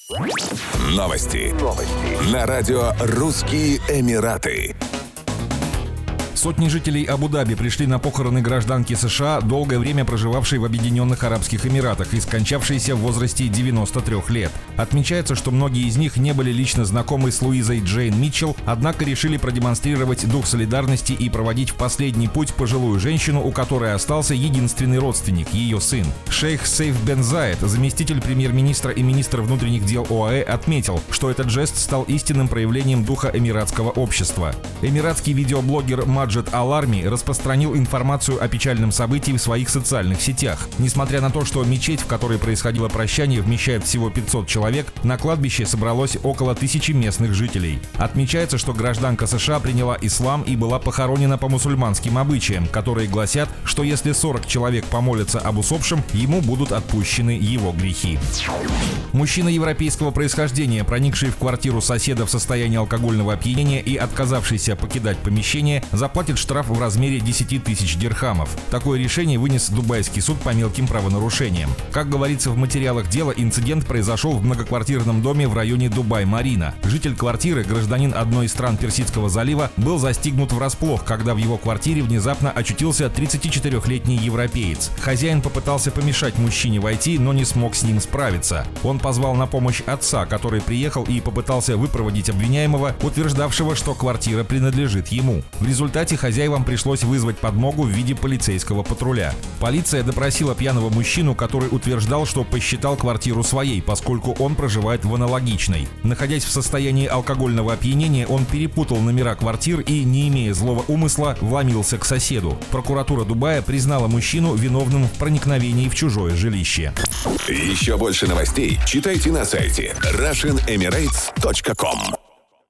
Новости. На радио «Русские Эмираты». Сотни жителей Абу-Даби пришли на похороны гражданки США, долгое время проживавшей в Объединенных Арабских Эмиратах и скончавшейся в возрасте 93 лет. Отмечается, что многие из них не были лично знакомы с Луизой Джейн Митчелл, однако решили продемонстрировать дух солидарности и проводить в последний путь пожилую женщину, у которой остался единственный родственник – ее сын. Шейх Сейф бен Заед, заместитель премьер-министра и министр внутренних дел ОАЭ, отметил, что этот жест стал истинным проявлением духа эмиратского общества. Эмиратский видеоблогер Маджид Аларми распространил информацию о печальном событии в своих социальных сетях. Несмотря на то, что мечеть, в которой происходило прощание, вмещает всего 500 человек, на кладбище собралось около 1000 местных жителей. Отмечается, что гражданка США приняла ислам и была похоронена по мусульманским обычаям, которые гласят, что если 40 человек помолятся об усопшем, ему будут отпущены его грехи. Мужчина европейского происхождения, проникший в квартиру соседа в состоянии алкогольного опьянения и отказавшийся покидать помещение, заплатит штраф в размере 10 тысяч дирхамов. Такое решение вынес Дубайский суд по мелким правонарушениям. Как говорится в материалах дела, инцидент произошел в многоквартирном доме в районе Дубай-Марина. Житель квартиры, гражданин одной из стран Персидского залива, был застигнут врасплох, когда в его квартире внезапно очутился 34-летний европеец. Хозяин попытался помешать мужчине войти, но не смог с ним справиться. Он позвал на помощь отца, который приехал и попытался выпроводить обвиняемого, утверждавшего, что квартира принадлежит ему. В результате хозяевам пришлось вызвать подмогу в виде полицейского патруля. Полиция допросила пьяного мужчину, который утверждал, что посчитал квартиру своей, поскольку он проживает в аналогичной. Находясь в состоянии алкогольного опьянения, он перепутал номера квартир и, не имея злого умысла, вломился к соседу. Прокуратура Дубая признала мужчину виновным в проникновении в чужое жилище. Еще больше новостей читайте на сайте RussianEmirates.com.